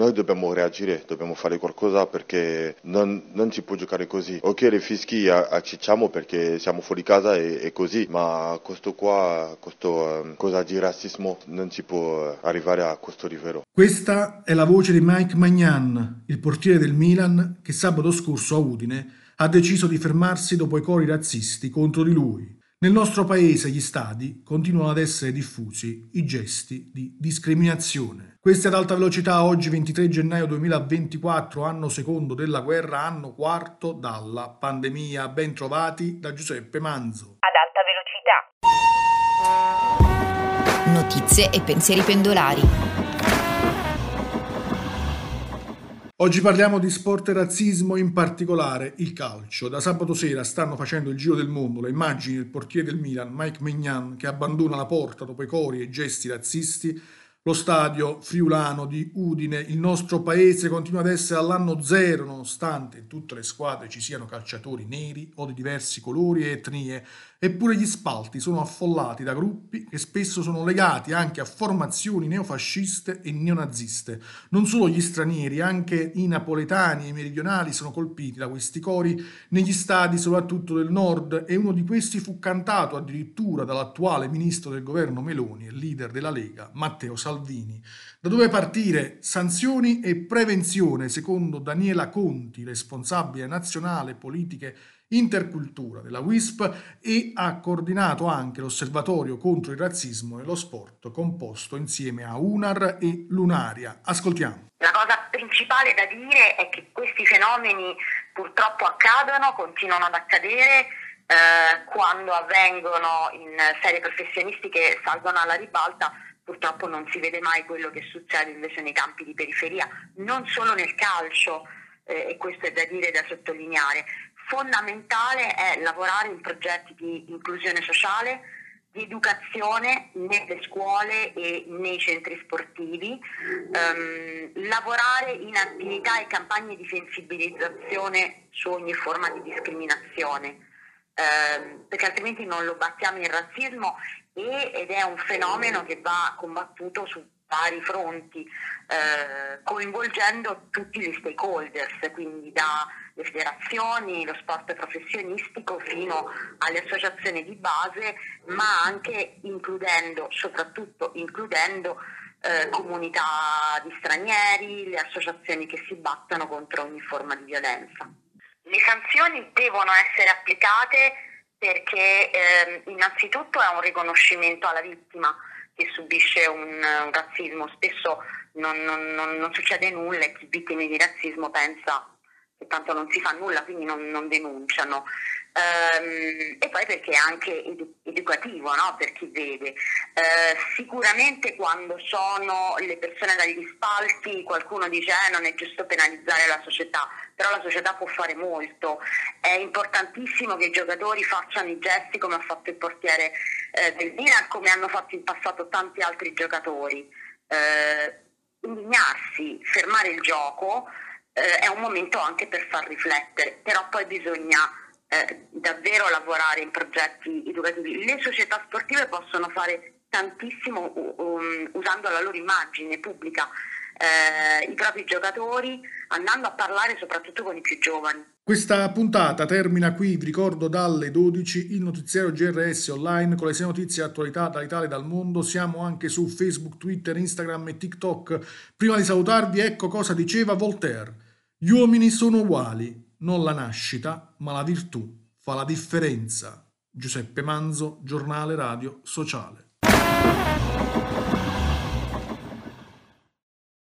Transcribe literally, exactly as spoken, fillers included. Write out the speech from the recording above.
noi dobbiamo reagire, dobbiamo fare qualcosa perché non, non si può giocare così. Ok, le fischi accicciamo perché siamo fuori casa e, e così, ma questo qua, questo um, cosa di razzismo non si può arrivare a questo livello. Questa è la voce di Mike Maignan, il portiere del Milan, che sabato scorso a Udine ha deciso di fermarsi dopo i cori razzisti contro di lui. Nel nostro paese gli stadi continuano ad essere diffusi i gesti di discriminazione. Questa è ad alta velocità oggi ventitré gennaio duemilaventiquattro, anno secondo della guerra, anno quarto dalla pandemia. Ben trovati da Giuseppe Manzo. Ad alta velocità. Notizie e pensieri pendolari. Oggi parliamo di sport e razzismo, in particolare il calcio. Da sabato sera stanno facendo il giro del mondo le immagini del portiere del Milan, Mike Maignan, che abbandona la porta dopo i cori e i gesti razzisti. Lo stadio friulano di Udine, il nostro paese, continua ad essere all'anno zero, nonostante in tutte le squadre ci siano calciatori neri o di diversi colori e etnie. Eppure gli spalti sono affollati da gruppi che spesso sono legati anche a formazioni neofasciste e neonaziste. Non solo gli stranieri, anche i napoletani e i meridionali sono colpiti da questi cori negli stadi soprattutto del nord, e uno di questi fu cantato addirittura dall'attuale ministro del governo Meloni e leader della Lega, Matteo Salvini. Da dove partire? Sanzioni e prevenzione, secondo Daniela Conti, responsabile nazionale politiche intercultura della W I S P, e ha coordinato anche l'osservatorio contro il razzismo nello sport, composto insieme a UNAR e Lunaria. Ascoltiamo. La cosa principale da dire è che questi fenomeni purtroppo accadono, continuano ad accadere. Eh, quando avvengono in serie professionistiche salgono alla ribalta, purtroppo non si vede mai quello che succede invece nei campi di periferia, non solo nel calcio, eh, e questo è da dire e da sottolineare. Fondamentale è lavorare in progetti di inclusione sociale, di educazione nelle scuole e nei centri sportivi, ehm, lavorare in attività e campagne di sensibilizzazione su ogni forma di discriminazione, ehm, perché altrimenti non lo battiamo il razzismo e, ed è un fenomeno che va combattuto su vari fronti, eh, coinvolgendo tutti gli stakeholders, quindi dalle federazioni, lo sport professionistico fino alle associazioni di base, ma anche includendo, soprattutto includendo eh, comunità di stranieri, le associazioni che si battono contro ogni forma di violenza. Le sanzioni devono essere applicate perché eh, innanzitutto è un riconoscimento alla vittima che subisce un, un razzismo. Spesso non, non, non, non succede nulla e chi vittime di razzismo pensa che tanto non si fa nulla, quindi non, non denunciano. Ehm, e poi perché è anche edu- educativo, no? Per chi vede. Ehm, sicuramente quando sono le persone dagli spalti qualcuno dice eh, non è giusto penalizzare la società, però la società può fare molto. È importantissimo che i giocatori facciano i gesti come ha fatto il portiere eh, del Milan, come hanno fatto in passato tanti altri giocatori. Eh, indignarsi, fermare il gioco eh, è un momento anche per far riflettere, però poi bisogna Eh, davvero lavorare in progetti educativi. Le società sportive possono fare tantissimo um, usando la loro immagine pubblica, eh, i propri giocatori, andando a parlare soprattutto con i più giovani. Questa puntata termina qui, vi ricordo dalle dodici il notiziario G R S online con le sei notizie e attualità dall'Italia e dal mondo. Siamo anche su Facebook, Twitter, Instagram e TikTok. Prima di salutarvi, ecco cosa diceva Voltaire: gli uomini sono uguali. Non la nascita, ma la virtù fa la differenza. Giuseppe Manzo, giornale radio sociale.